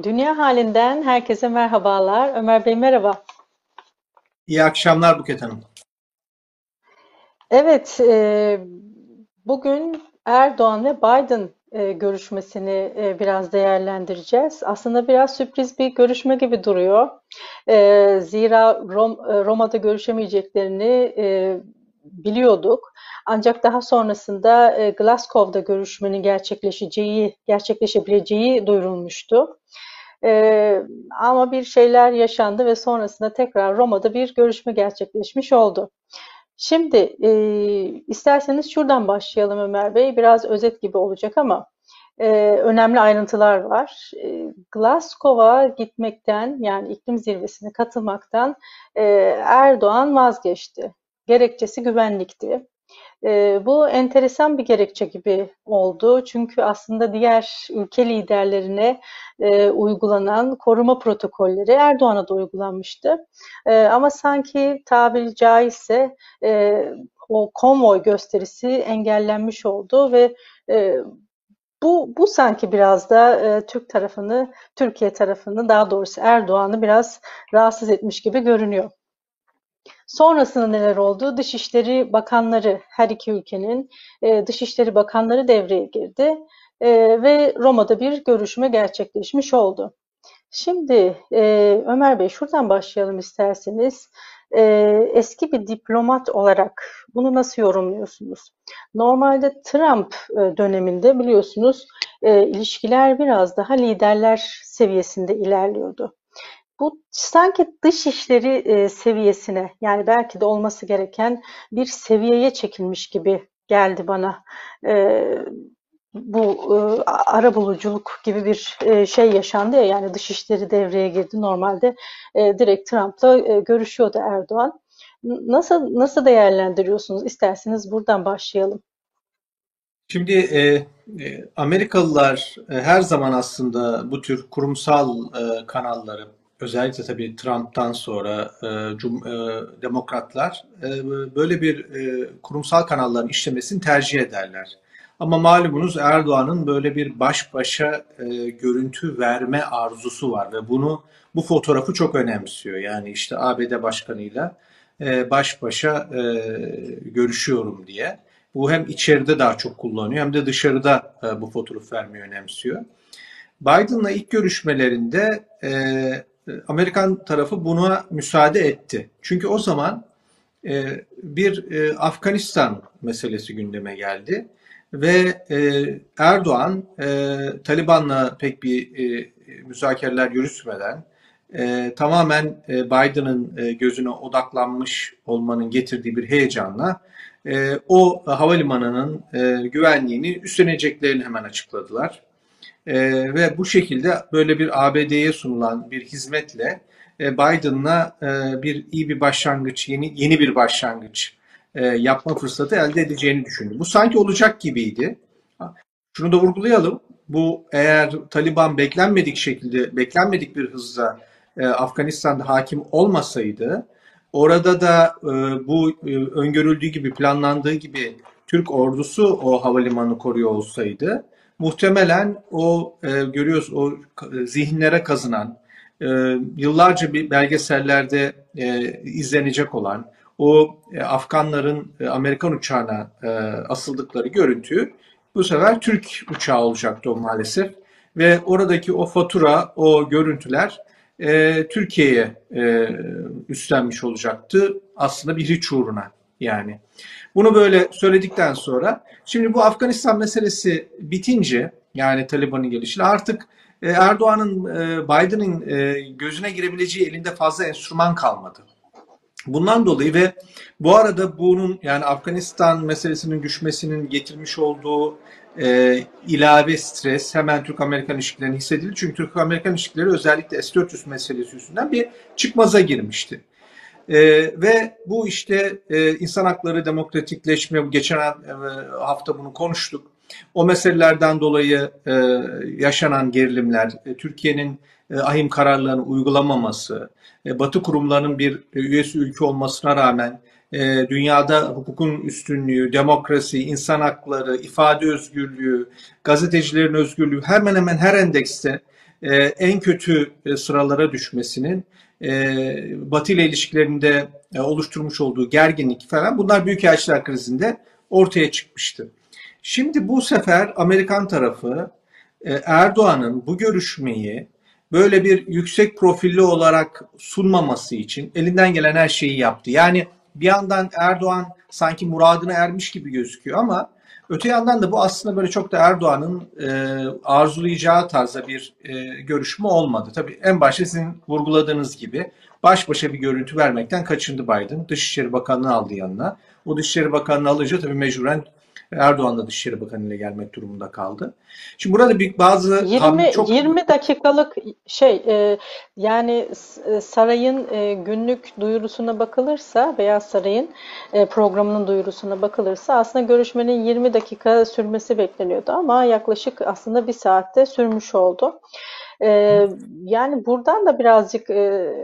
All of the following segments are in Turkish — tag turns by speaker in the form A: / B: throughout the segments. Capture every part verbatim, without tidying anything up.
A: Dünya halinden herkese merhabalar. Ömer Bey merhaba.
B: İyi akşamlar Buket Hanım.
A: Evet, e, bugün Erdoğan ve Biden e, görüşmesini e, biraz değerlendireceğiz. Aslında biraz sürpriz bir görüşme gibi duruyor. E, zira Rom- e, Roma'da görüşemeyeceklerini e, biliyorduk. Ancak daha sonrasında e, Glasgow'da görüşmenin gerçekleşeceği, gerçekleşebileceği duyurulmuştu. Ee, ama bir şeyler yaşandı ve sonrasında tekrar Roma'da bir görüşme gerçekleşmiş oldu. Şimdi e, isterseniz şuradan başlayalım Ömer Bey. Biraz özet gibi olacak ama e, önemli ayrıntılar var. E, Glasgow'a gitmekten yani iklim zirvesine katılmaktan e, Erdoğan vazgeçti. Gerekçesi güvenlikti. Eee, bu enteresan bir gerekçe gibi oldu. Çünkü aslında diğer ülke liderlerine eee, uygulanan koruma protokolleri Erdoğan'a da uygulanmıştı. Eee, ama sanki tabiri caizse eee, o konvoy gösterisi engellenmiş oldu ve eee, bu, bu sanki biraz da eee, Türk tarafını, Türkiye tarafını daha doğrusu Erdoğan'ı biraz rahatsız etmiş gibi görünüyor. Sonrasında neler oldu? Dışişleri Bakanları, her iki ülkenin e, Dışişleri Bakanları devreye girdi e, ve Roma'da bir görüşme gerçekleşmiş oldu. Şimdi e, Ömer Bey şuradan başlayalım isterseniz. E, eski bir diplomat olarak bunu nasıl yorumluyorsunuz? Normalde Trump e, döneminde biliyorsunuz e, ilişkiler biraz daha liderler seviyesinde ilerliyordu. Bu sanki dışişleri e, seviyesine yani belki de olması gereken bir seviyeye çekilmiş gibi geldi bana. E, bu e, arabuluculuk gibi bir e, şey yaşandı ya yani dışişleri devreye girdi. Normalde e, direkt Trump'la e, görüşüyordu Erdoğan. Nasıl nasıl değerlendiriyorsunuz? İsterseniz buradan başlayalım.
B: Şimdi e, e, Amerikalılar e, her zaman aslında bu tür kurumsal e, kanalları, özellikle tabii Trump'tan sonra e, cum- e, demokratlar e, böyle bir e, kurumsal kanalların işlemesini tercih ederler. Ama malumunuz Erdoğan'ın böyle bir baş başa e, görüntü verme arzusu var ve bunu bu fotoğrafı çok önemsiyor. Yani işte A B D Başkanı'yla e, baş başa e, görüşüyorum diye. Bu hem içeride daha çok kullanıyor hem de dışarıda e, bu fotoğraf vermeyi önemsiyor. Biden'la ilk görüşmelerinde e, Amerikan tarafı buna müsaade etti. Çünkü o zaman e, bir e, Afganistan meselesi gündeme geldi ve e, Erdoğan e, Taliban'la pek bir e, müzakereler yürütmeden e, tamamen e, Biden'ın e, gözüne odaklanmış olmanın getirdiği bir heyecanla e, o havalimanının e, güvenliğini üstleneceklerini hemen açıkladılar. E, ve bu şekilde böyle bir A B D'ye sunulan bir hizmetle e, Biden'la e, bir iyi bir başlangıç, yeni yeni bir başlangıç e, yapma fırsatı elde edeceğini düşündü. Bu sanki olacak gibiydi. Şunu da vurgulayalım. Bu eğer Taliban beklenmedik şekilde, beklenmedik bir hızla e, Afganistan'da hakim olmasaydı, orada da e, bu e, öngörüldüğü gibi, planlandığı gibi Türk ordusu o havalimanını koruyor olsaydı, muhtemelen o e, görüyoruz o e, zihinlere kazınan, e, yıllarca bir belgesellerde e, izlenecek olan o e, Afganların e, Amerikan uçağına e, asıldıkları görüntü bu sefer Türk uçağı olacaktı o maalesef. Ve oradaki o fatura, o görüntüler e, Türkiye'ye e, üstlenmiş olacaktı. Aslında bir hiç uğruna yani. Bunu böyle söyledikten sonra şimdi bu Afganistan meselesi bitince yani Taliban'ın gelişiyle artık e, Erdoğan'ın, e, Biden'ın e, gözüne girebileceği elinde fazla enstrüman kalmadı. Bundan dolayı ve bu arada bunun yani Afganistan meselesinin düşmesinin getirmiş olduğu e, ilave stres hemen Türk-Amerikan ilişkilerine hissedildi. Çünkü Türk-Amerikan ilişkileri özellikle S dört yüz meselesi yüzünden bir çıkmaza girmişti. E, ve bu işte e, insan hakları, demokratikleşme, geçen e, hafta bunu konuştuk. O meselelerden dolayı e, yaşanan gerilimler, e, Türkiye'nin e, ahim kararlarını uygulamaması, e, Batı kurumlarının bir e, üyesi ülke olmasına rağmen e, dünyada hukukun üstünlüğü, demokrasi, insan hakları, ifade özgürlüğü, gazetecilerin özgürlüğü hemen hemen her endekste e, en kötü e, sıralara düşmesinin, e, Batı ile ilişkilerinde e, oluşturmuş olduğu gerginlik falan, bunlar büyükelçiler krizinde ortaya çıkmıştı. Şimdi bu sefer Amerikan tarafı e, Erdoğan'ın bu görüşmeyi böyle bir yüksek profilli olarak sunmaması için elinden gelen her şeyi yaptı. Yani bir yandan Erdoğan sanki muradına ermiş gibi gözüküyor ama öte yandan da bu aslında böyle çok da Erdoğan'ın e, arzulayacağı tarzda bir e, görüşme olmadı. Tabii en başta sizin vurguladığınız gibi baş başa bir görüntü vermekten kaçındı Biden. Dışişleri Bakanı'nı aldı yanına. O Dışişleri Bakanı'nı alınca tabii mecburen Erdoğan da Dışişleri Bakanı ile gelmek durumunda kaldı. Şimdi burada bir bazı ham
A: yirmi
B: çok
A: yirmi dakikalık şey e, yani s- e, sarayın e, günlük duyurusuna bakılırsa, Beyaz Saray'ın e, programının duyurusuna bakılırsa aslında görüşmenin yirmi dakika sürmesi bekleniyordu ama yaklaşık aslında bir saatte sürmüş oldu. Ee, Yani buradan da birazcık e,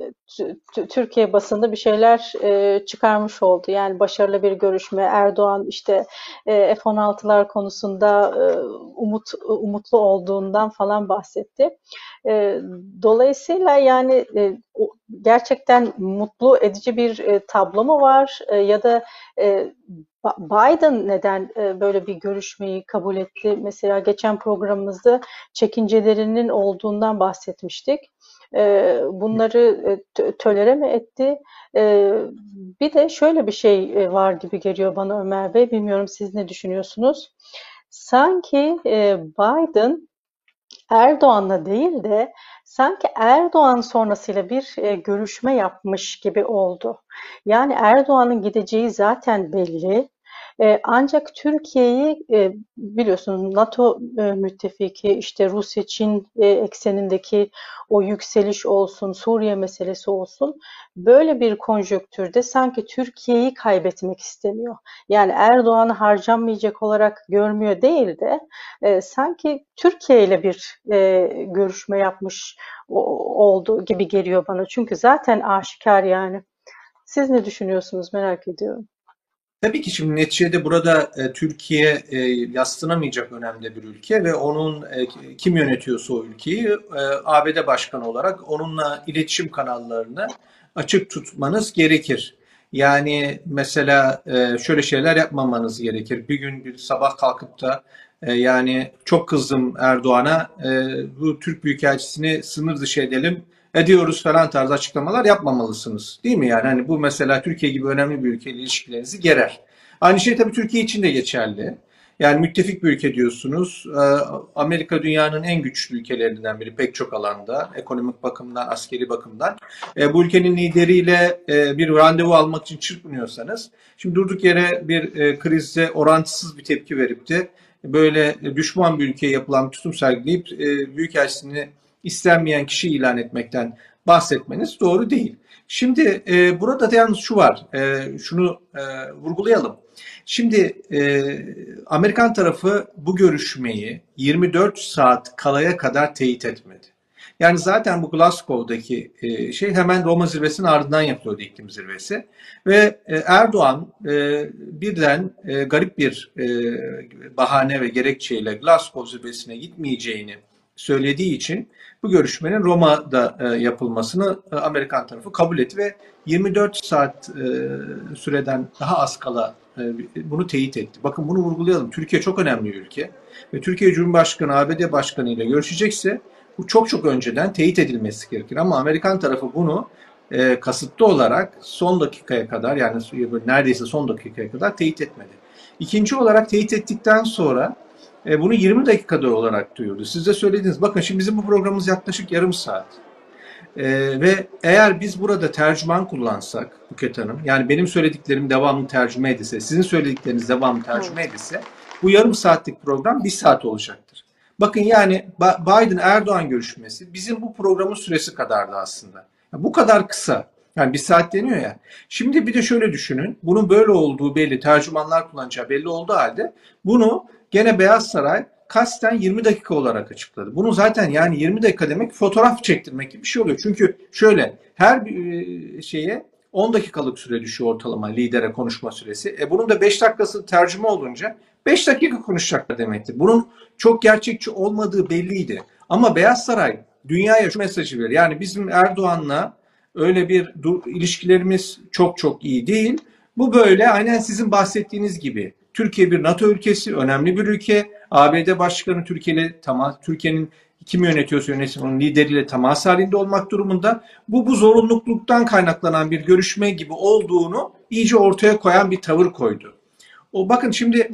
A: Türkiye basında bir şeyler e, çıkarmış oldu. Yani başarılı bir görüşme. Erdoğan işte e, F on altılar konusunda e, umut umutlu olduğundan falan bahsetti. E, Dolayısıyla yani e, gerçekten mutlu edici bir e, tablo mu var? E, ya da e, Biden neden e, böyle bir görüşmeyi kabul etti? Mesela geçen programımızda çekincelerinin olduğundan bahsetmiştik. E, bunları e, tölere mi etti? E, Bir de şöyle bir şey e, var gibi geliyor bana Ömer Bey. Bilmiyorum siz ne düşünüyorsunuz? Sanki e, Biden Erdoğan'la değil de sanki Erdoğan sonrasıyla bir e, görüşme yapmış gibi oldu. Yani Erdoğan'ın gideceği zaten belli. E, ancak Türkiye'yi e, biliyorsunuz NATO e, müttefiki, işte Rusya-Çin e, eksenindeki o yükseliş olsun, Suriye meselesi olsun, böyle bir konjonktürde sanki Türkiye'yi kaybetmek istemiyor. Yani Erdoğan'ı harcanmayacak olarak görmüyor değil de e, sanki Türkiye ile bir e, görüşme yapmış o- oldu gibi geliyor bana. Çünkü zaten aşikar yani. Siz ne düşünüyorsunuz merak ediyorum.
B: tabii ki şimdi neticede burada e, Türkiye e, yadsınamayacak önemli bir ülke ve onun e, kim yönetiyorsa o ülkeyi e, A B D Başkanı olarak onunla iletişim kanallarını açık tutmanız gerekir. Yani mesela e, şöyle şeyler yapmamanız gerekir. Bir gün bir sabah kalkıp da e, yani çok kızdım Erdoğan'a, e, bu Türk Büyükelçisini sınır dışı edelim ediyoruz falan tarzı açıklamalar yapmamalısınız. Değil mi yani? Hani bu mesela Türkiye gibi önemli bir ülkeyle ilişkilerinizi gerer. Aynı şey tabii Türkiye için de geçerli. Yani müttefik bir ülke diyorsunuz. Ee, Amerika dünyanın en güçlü ülkelerinden biri pek çok alanda. Ekonomik bakımdan, askeri bakımdan. Ee, bu ülkenin lideriyle e, bir randevu almak için çırpınıyorsanız, şimdi durduk yere bir e, krizde orantısız bir tepki verip de böyle düşman bir ülkeye yapılan bir tutum sergileyip e, büyükelçisini istenmeyen kişi ilan etmekten bahsetmeniz doğru değil. Şimdi e, burada da yalnız şu var, e, şunu e, vurgulayalım. Şimdi e, Amerikan tarafı bu görüşmeyi yirmi dört saat kalaya kadar teyit etmedi. Yani zaten bu Glasgow'daki e, şey hemen Roma zirvesinin ardından yapılıyordu, iklim zirvesi. Ve e, Erdoğan e, birden e, garip bir e, bahane ve gerekçeyle Glasgow zirvesine gitmeyeceğini söylediği için bu görüşmenin Roma'da e, yapılmasını e, Amerikan tarafı kabul etti ve yirmi dört saat e, süreden daha az kala e, bunu teyit etti. Bakın bunu vurgulayalım. Türkiye çok önemli bir ülke ve Türkiye Cumhurbaşkanı A B D Başkanı ile görüşecekse bu çok çok önceden teyit edilmesi gerekir. Ama Amerikan tarafı bunu e, kasıtlı olarak son dakikaya kadar, yani neredeyse son dakikaya kadar teyit etmedi. İkinci olarak teyit ettikten sonra e, bunu yirmi dakikada olarak duyurdu. Siz de söylediniz. Bakın şimdi bizim bu programımız yaklaşık yarım saat. E, ve eğer biz burada tercüman kullansak Buket Hanım, yani benim söylediklerim devamlı tercüme edilse, sizin söyledikleriniz devamlı tercüme
A: Evet.
B: edilse, bu yarım saatlik program bir saat olacaktır. Bakın yani Biden-Erdoğan görüşmesi bizim bu programın süresi kadardı aslında. Bu kadar kısa. Yani bir saat deniyor ya. Şimdi bir de şöyle düşünün. Bunun böyle olduğu belli. Tercümanlar kullanacağı belli olduğu halde bunu gene Beyaz Saray kasten yirmi dakika olarak açıkladı. Bunu zaten yani yirmi dakika demek fotoğraf çektirmek gibi bir şey oluyor. Çünkü şöyle her bir şeye on dakikalık süre düşüyor ortalama lidere konuşma süresi. E bunun da beş dakikası tercüme olunca beş dakika konuşacaklar demektir. Bunun çok gerçekçi olmadığı belliydi. Ama Beyaz Saray dünyaya şu mesajı veriyor. Yani bizim Erdoğan'la öyle bir ilişkilerimiz çok çok iyi değil. Bu böyle aynen sizin bahsettiğiniz gibi. Türkiye bir NATO ülkesi, önemli bir ülke. A B D Başkanı Türkiye ile temas, Türkiye'nin kim yönetiyorsa yönetsin onun lideriyle temas halinde olmak durumunda. Bu bu zorunluluktan kaynaklanan bir görüşme gibi olduğunu iyice ortaya koyan bir tavır koydu. O bakın şimdi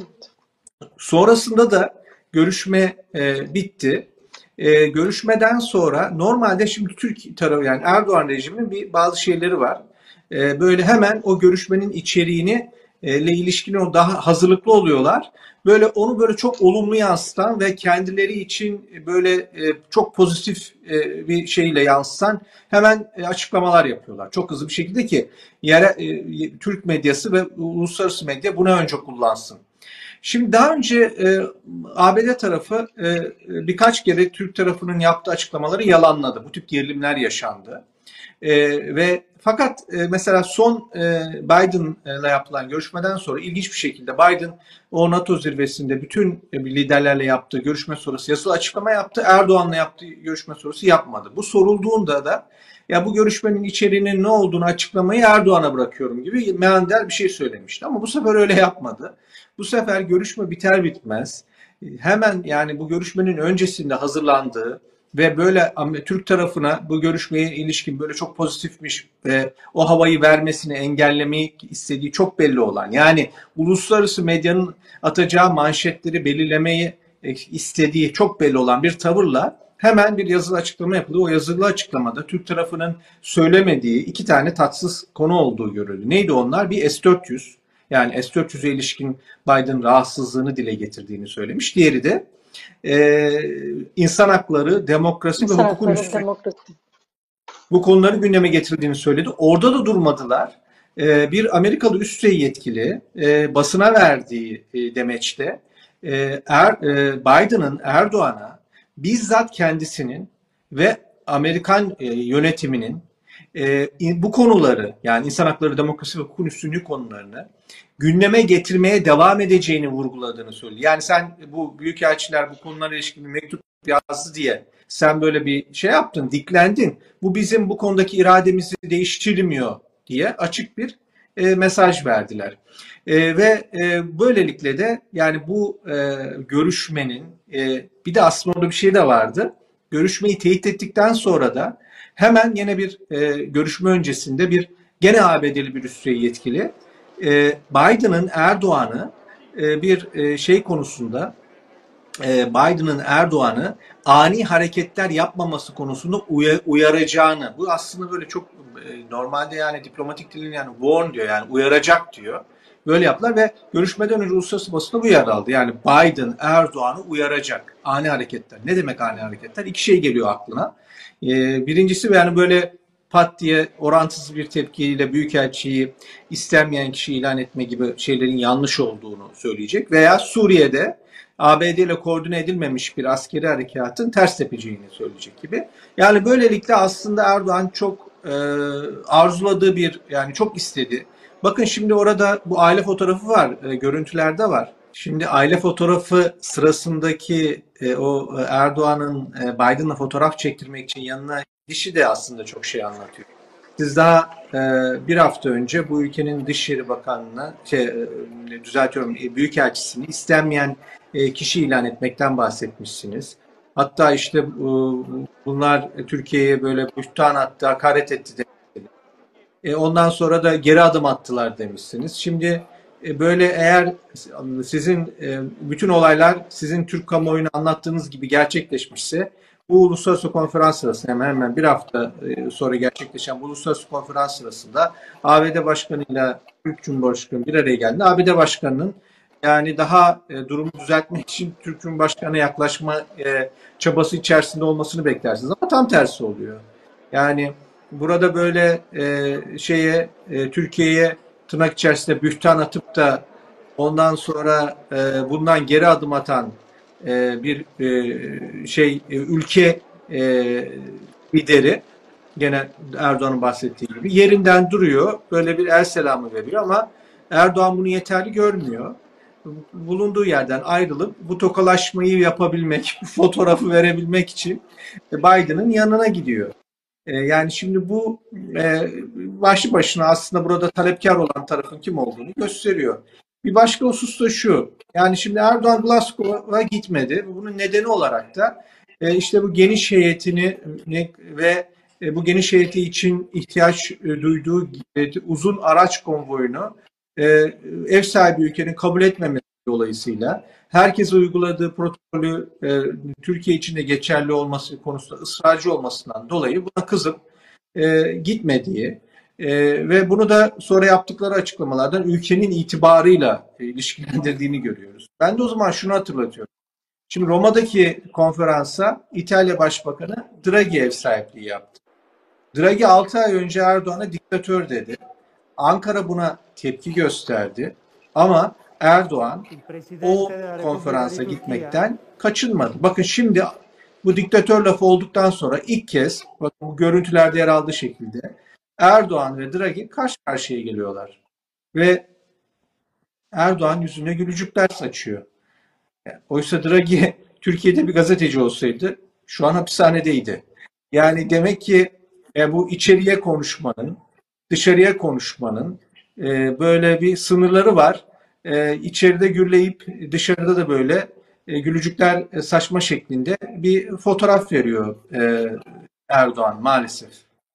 B: sonrasında da görüşme e, bitti. E, görüşmeden sonra normalde şimdi Türk tarafı yani Erdoğan rejiminin bir bazı şeyleri var. E, böyle hemen o görüşmenin içeriğini e, ile ilişkin o daha hazırlıklı oluyorlar. Böyle onu böyle çok olumlu yansıtan ve kendileri için böyle e, çok pozitif e, bir şeyle yansıtan hemen e, açıklamalar yapıyorlar. Çok hızlı bir şekilde ki yere, e, Türk medyası ve uluslararası medya buna önce kullansın. Şimdi daha önce e, A B D tarafı e, birkaç kere Türk tarafının yaptığı açıklamaları yalanladı. Bu tip gerilimler yaşandı. E, ve fakat e, mesela son e, Biden'la yapılan görüşmeden sonra ilginç bir şekilde Biden o NATO zirvesinde bütün e, liderlerle yaptığı görüşme sonrası yazılı açıklama yaptı. Erdoğan'la yaptığı görüşme sonrası yapmadı. Bu sorulduğunda da ya bu görüşmenin içeriğinin ne olduğunu açıklamayı Erdoğan'a bırakıyorum gibi meander bir şey söylemişti. Ama bu sefer öyle yapmadı. Bu sefer görüşme biter bitmez hemen yani bu görüşmenin öncesinde hazırlandığı ve böyle Türk tarafına bu görüşmeye ilişkin böyle çok pozitifmiş ve o havayı vermesini engellemeyi istediği çok belli olan yani uluslararası medyanın atacağı manşetleri belirlemeyi istediği çok belli olan bir tavırla hemen bir yazılı açıklama yapıldı. O yazılı açıklamada Türk tarafının söylemediği iki tane tatsız konu olduğu görüldü. Neydi onlar? Bir S dört yüz yani S dört yüze ilişkin Biden rahatsızlığını dile getirdiğini söylemiş. Diğeri de e, insan hakları, demokrasi
A: İnsan
B: ve hukukun
A: hakları,
B: üstü
A: demokrasi.
B: bu konuları gündeme getirdiğini söyledi. Orada da durmadılar. E, bir Amerikalı üst düzey yetkili e, basına verdiği e, demeçte e, er, e, Biden'ın Erdoğan'a bizzat kendisinin ve Amerikan e, yönetiminin e, bu konuları yani insan hakları, demokrasi ve hukukun üstünlüğü konularını gündeme getirmeye devam edeceğini vurguladığını söyledi. Yani sen bu büyükelçiler bu konulara ilişkin bir mektup yazdı diye sen böyle bir şey yaptın, diklendin. Bu bizim bu konudaki irademizi değiştirmiyor diye açık bir e, mesaj verdiler. E, ve e, böylelikle de yani bu e, görüşmenin e, bir de aslında orada bir şey de vardı. Görüşmeyi teyit ettikten sonra da hemen yine bir e, görüşme öncesinde bir gene A B D'li bir üst düzey yetkili e, Biden'ın Erdoğan'ı e, bir e, şey konusunda e, Biden'ın Erdoğan'ı ani hareketler yapmaması konusunda uya, uyaracağını bu aslında böyle çok e, normalde yani diplomatik dilin yani warn diyor yani uyaracak diyor. Böyle yaptılar ve görüşmeden önce uluslararası basında bu yer aldı. Yani Biden Erdoğan'ı uyaracak. Ani hareketler. Ne demek ani hareketler? İki şey geliyor aklına. Ee, birincisi yani böyle pat diye orantısız bir tepkiyle büyükelçiyi istenmeyen kişi ilan etme gibi şeylerin yanlış olduğunu söyleyecek. Veya Suriye'de A B D ile koordine edilmemiş bir askeri harekatın ters tepeceğini söyleyecek gibi. Yani böylelikle aslında Erdoğan çok e, arzuladığı bir yani çok istedi. Bakın şimdi orada bu aile fotoğrafı var, e, görüntülerde var. Şimdi aile fotoğrafı sırasındaki e, o Erdoğan'ın e, Biden'la fotoğraf çektirmek için yanına dişi de aslında çok şey anlatıyor. Siz daha e, bir hafta önce bu ülkenin Dışişleri Bakanı'na, şey, e, düzeltiyorum, e, Büyükelçisini istenmeyen e, kişi ilan etmekten bahsetmişsiniz. Hatta işte e, bunlar Türkiye'ye böyle bühtan attı, hakaret etti demişsiniz. E, ondan sonra da geri adım attılar demişsiniz. Şimdi e, böyle eğer sizin e, bütün olaylar sizin Türk kamuoyuna anlattığınız gibi gerçekleşmişse bu uluslararası konferans sırasında hemen hemen bir hafta e, sonra gerçekleşen bu uluslararası konferans sırasında A B D Başkanı'yla Türk Cumhurbaşkanı bir araya geldi. A B D Başkanı'nın yani daha e, durumu düzeltmek için Türk Cumhurbaşkanı'na yaklaşma e, çabası içerisinde olmasını beklersiniz. Ama tam tersi oluyor. Yani burada böyle e, şeye e, Türkiye'ye tırnak içerisinde bühtan atıp da ondan sonra e, bundan geri adım atan e, bir e, şey e, ülke e, lideri gene Erdoğan'ın bahsettiği gibi yerinden duruyor. Böyle bir el selamı veriyor ama Erdoğan bunu yeterli görmüyor. bulunduğu yerden ayrılıp bu tokalaşmayı yapabilmek, bu fotoğrafı verebilmek için Biden'ın yanına gidiyor. E, yani şimdi bu e, başlı başına aslında burada talepkar olan tarafın kim olduğunu gösteriyor. Bir başka husus da şu. Yani şimdi Erdoğan Glasgow'a gitmedi. Bunun nedeni olarak da e, işte bu geniş heyetini ne- ve e, bu geniş heyeti için ihtiyaç e, duyduğu e, uzun araç konvoyunu e, ev sahibi ülkenin kabul etmemesi dolayısıyla herkes uyguladığı protokolü e, Türkiye için de geçerli olması konusunda ısrarcı olmasından dolayı buna kızıp e, gitmediği e, ve bunu da sonra yaptıkları açıklamalardan ülkenin itibarıyla e, ilişkilendirdiğini görüyoruz. Ben de o zaman şunu hatırlatıyorum. Şimdi Roma'daki konferansa İtalya Başbakanı Draghi ev sahipliği yaptı. Draghi altı ay önce Erdoğan'a diktatör dedi. Ankara buna tepki gösterdi. Ama Erdoğan o konferansa gitmekten kaçınmadı. Bakın şimdi bu diktatör lafı olduktan sonra ilk kez, bakın bu görüntülerde yer aldığı şekilde Erdoğan ve Draghi karşı karşıya geliyorlar. Ve Erdoğan yüzüne gülücükler saçıyor. Oysa Draghi Türkiye'de bir gazeteci olsaydı şu an hapishanedeydi. Yani demek ki e, bu içeriye konuşmanın, dışarıya konuşmanın e, böyle bir sınırları var. E, içeride gürleyip dışarıda da böyle e, gülücükler e, saçma şeklinde bir fotoğraf veriyor e, Erdoğan maalesef.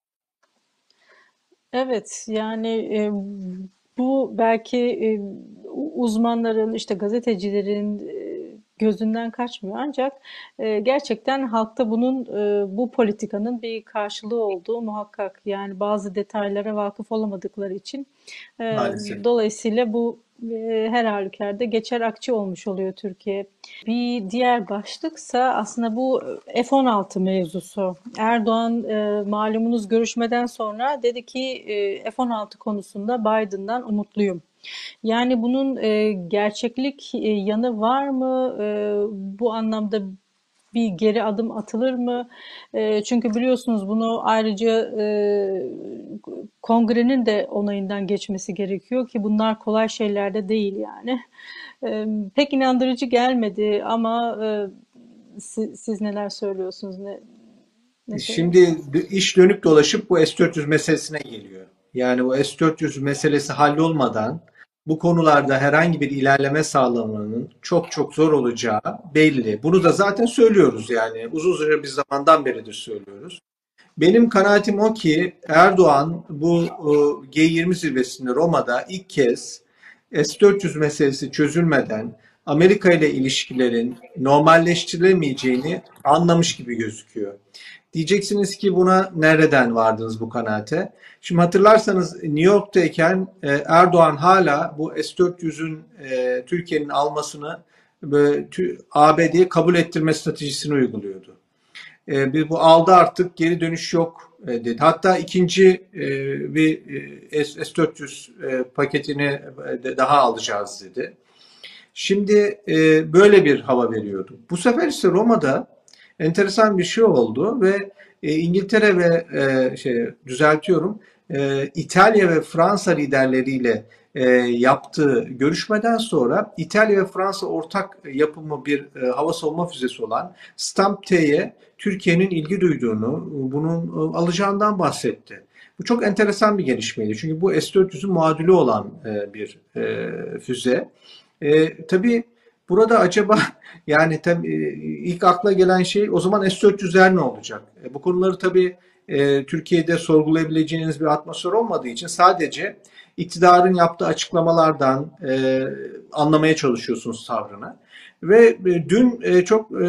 A: Evet, yani e, bu belki e, uzmanların, işte gazetecilerin e, gözünden kaçmıyor. Ancak e, gerçekten halkta bunun, e, bu politikanın bir karşılığı olduğu muhakkak. Yani bazı detaylara vakıf olamadıkları için e,
B: Maalesef.
A: dolayısıyla bu e, her halükarda geçer akçe olmuş oluyor Türkiye. Bir diğer başlıksa aslında bu F on altı mevzusu. Erdoğan e, malumunuz görüşmeden sonra dedi ki e, F on altı konusunda Biden'dan umutluyum. Yani bunun e, gerçeklik e, yanı var mı? E, bu anlamda bir geri adım atılır mı? E, çünkü biliyorsunuz bunu ayrıca e, kongrenin de onayından geçmesi gerekiyor ki bunlar kolay şeyler de değil yani. E, pek inandırıcı gelmedi ama e, siz, siz neler söylüyorsunuz? Ne, ne
B: Şimdi
A: söylersiniz?
B: iş dönüp dolaşıp bu S dört yüz meselesine geliyor. Yani bu S dört yüz meselesi hallolmadan bu konularda herhangi bir ilerleme sağlamanın çok çok zor olacağı belli. Bunu da zaten söylüyoruz yani uzun süre bir zamandan beridir söylüyoruz. Benim kanaatim o ki Erdoğan bu e, G yirmi zirvesinde Roma'da ilk kez S dört yüz meselesi çözülmeden Amerika ile ilişkilerin normalleştirilemeyeceğini anlamış gibi gözüküyor. Diyeceksiniz ki buna nereden vardınız bu kanaate? Şimdi hatırlarsanız New York'tayken e, Erdoğan hala bu S dört yüzün e, Türkiye'nin almasını böyle, A B D'ye kabul ettirme stratejisini uyguluyordu. E, bir bu aldı artık geri dönüş yok e, dedi. Hatta ikinci e, bir e, S dört yüz e, paketini e, daha alacağız dedi. Şimdi e, böyle bir hava veriyordu. Bu sefer ise Roma'da enteresan bir şey oldu ve e, İngiltere ve e, şey düzeltiyorum e, İtalya ve Fransa liderleriyle e, yaptığı görüşmeden sonra İtalya ve Fransa ortak yapımı bir e, hava savunma füzesi olan Stamp-T'ye Türkiye'nin ilgi duyduğunu, bunun e, alacağından bahsetti. Bu çok enteresan bir gelişmeydi. Çünkü bu S dört yüzün muadili olan e, bir e, füze. E, tabii burada acaba yani tabii ilk akla gelen şey o zaman S dört yüzler ne olacak? E, bu konuları tabii e, Türkiye'de sorgulayabileceğiniz bir atmosfer olmadığı için sadece iktidarın yaptığı açıklamalardan e, anlamaya çalışıyorsunuz tavrını. Ve e, dün e, çok e,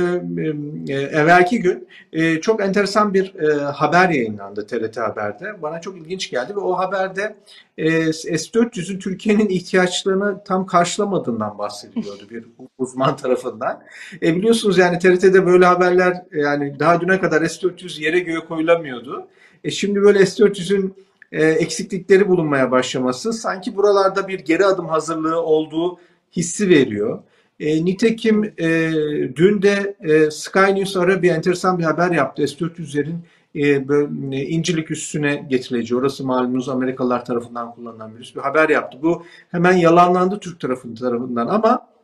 B: e, evvelki gün e, çok enteresan bir e, haber yayınlandı T R T Haber'de. Bana çok ilginç geldi ve o haberde e, S dört yüzün Türkiye'nin ihtiyaçlarını tam karşılamadığından bahsediliyordu bir uzman tarafından. E, biliyorsunuz yani T R T'de böyle haberler yani daha düne kadar S dört yüz yere göğe koyulamıyordu. E, şimdi böyle S dört yüzün e, eksiklikleri bulunmaya başlaması sanki buralarda bir geri adım hazırlığı olduğu hissi veriyor. E, nitekim e, dün de e, Sky News Arabia enteresan bir haber yaptı. S dört yüzlerin e, böyle, e, İncirlik üssüne getirileceği. Orası malumunuz Amerikalılar tarafından kullanılan bir üs. Bir haber yaptı. Bu hemen yalanlandı Türk tarafından ama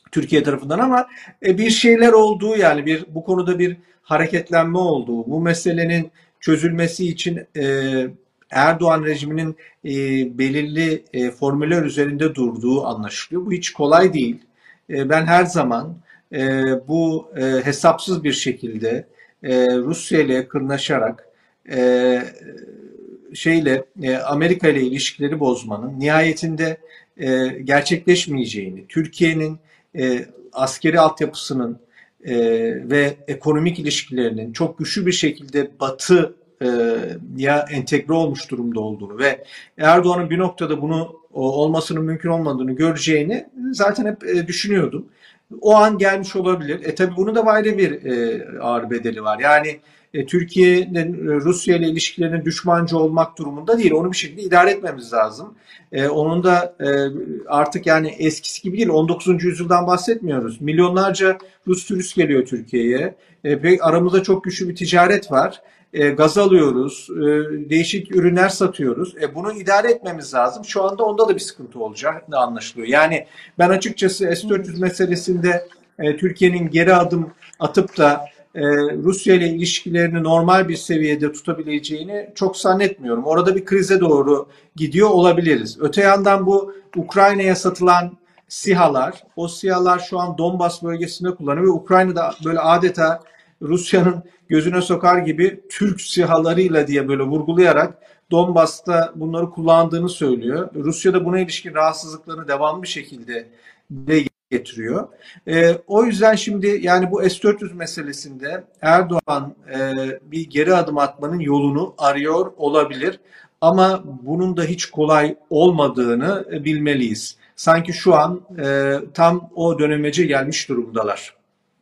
B: Türkiye tarafından ama e, bir şeyler olduğu, yani bir bu konuda bir hareketlenme olduğu, bu meselenin çözülmesi için e, Erdoğan rejiminin e, belirli e, formüller üzerinde durduğu anlaşılıyor. Bu hiç kolay değil. E, ben her zaman e, bu e, hesapsız bir şekilde e, Rusya ile yakınlaşarak e, şeyle e, Amerika ile ilişkileri bozmanın nihayetinde e, gerçekleşmeyeceğini, Türkiye'nin e, askeri altyapısının e, ve ekonomik ilişkilerinin çok güçlü bir şekilde Batı e, ya entegre olmuş durumda olduğunu ve Erdoğan'ın bir noktada bunu olmasının mümkün olmadığını göreceğini zaten hep e, düşünüyordum. O an gelmiş olabilir. E tabi bunun da ayrı bir e, ağır bedeli var. Yani e, Türkiye'nin e, Rusya ile ilişkilerinin düşmancı olmak durumunda değil. Onu bir şekilde idare etmemiz lazım. E, onun da e, artık yani eskisi gibi değil. on dokuzuncu yüzyıldan bahsetmiyoruz. Milyonlarca Rus turist geliyor Türkiye'ye. E, ve aramızda çok güçlü bir ticaret var. E, gaz alıyoruz, e, değişik ürünler satıyoruz. E, bunu idare etmemiz lazım. Şu anda onda da bir sıkıntı olacak da anlaşılıyor. Yani ben açıkçası S dört yüz
A: Evet.
B: meselesinde e, Türkiye'nin geri adım atıp da e, Rusya ile ilişkilerini normal bir seviyede tutabileceğini çok zannetmiyorum. Orada bir krize doğru gidiyor olabiliriz. Öte yandan bu Ukrayna'ya satılan SİHA'lar, o SİHA'lar şu an Donbas bölgesinde kullanılıyor ve Ukrayna'da böyle adeta Rusya'nın gözüne sokar gibi Türk SİHA'larıyla diye böyle vurgulayarak Donbas'ta bunları kullandığını söylüyor. Rusya da buna ilişkin rahatsızlıklarını devamlı bir şekilde dile getiriyor. E, o yüzden şimdi yani bu S dört yüz meselesinde Erdoğan e, bir geri adım atmanın yolunu arıyor olabilir. Ama bunun da hiç kolay olmadığını e, bilmeliyiz. Sanki şu an e, tam o dönemece gelmiş durumdalar.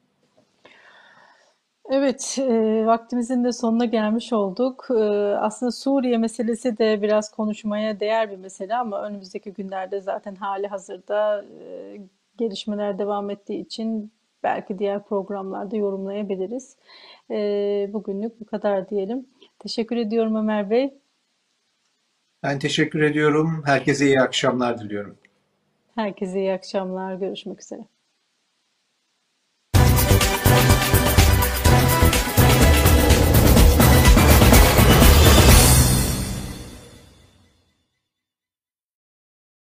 A: Evet, e, vaktimizin de sonuna gelmiş olduk. E, aslında Suriye meselesi de biraz konuşmaya değer bir mesele ama önümüzdeki günlerde zaten hali hazırda e, gelişmeler devam ettiği için belki diğer programlarda yorumlayabiliriz. E, bugünlük bu kadar diyelim. Teşekkür ediyorum Ömer Bey.
B: Ben teşekkür ediyorum. Herkese iyi akşamlar diliyorum.
A: Herkese iyi akşamlar. Görüşmek üzere.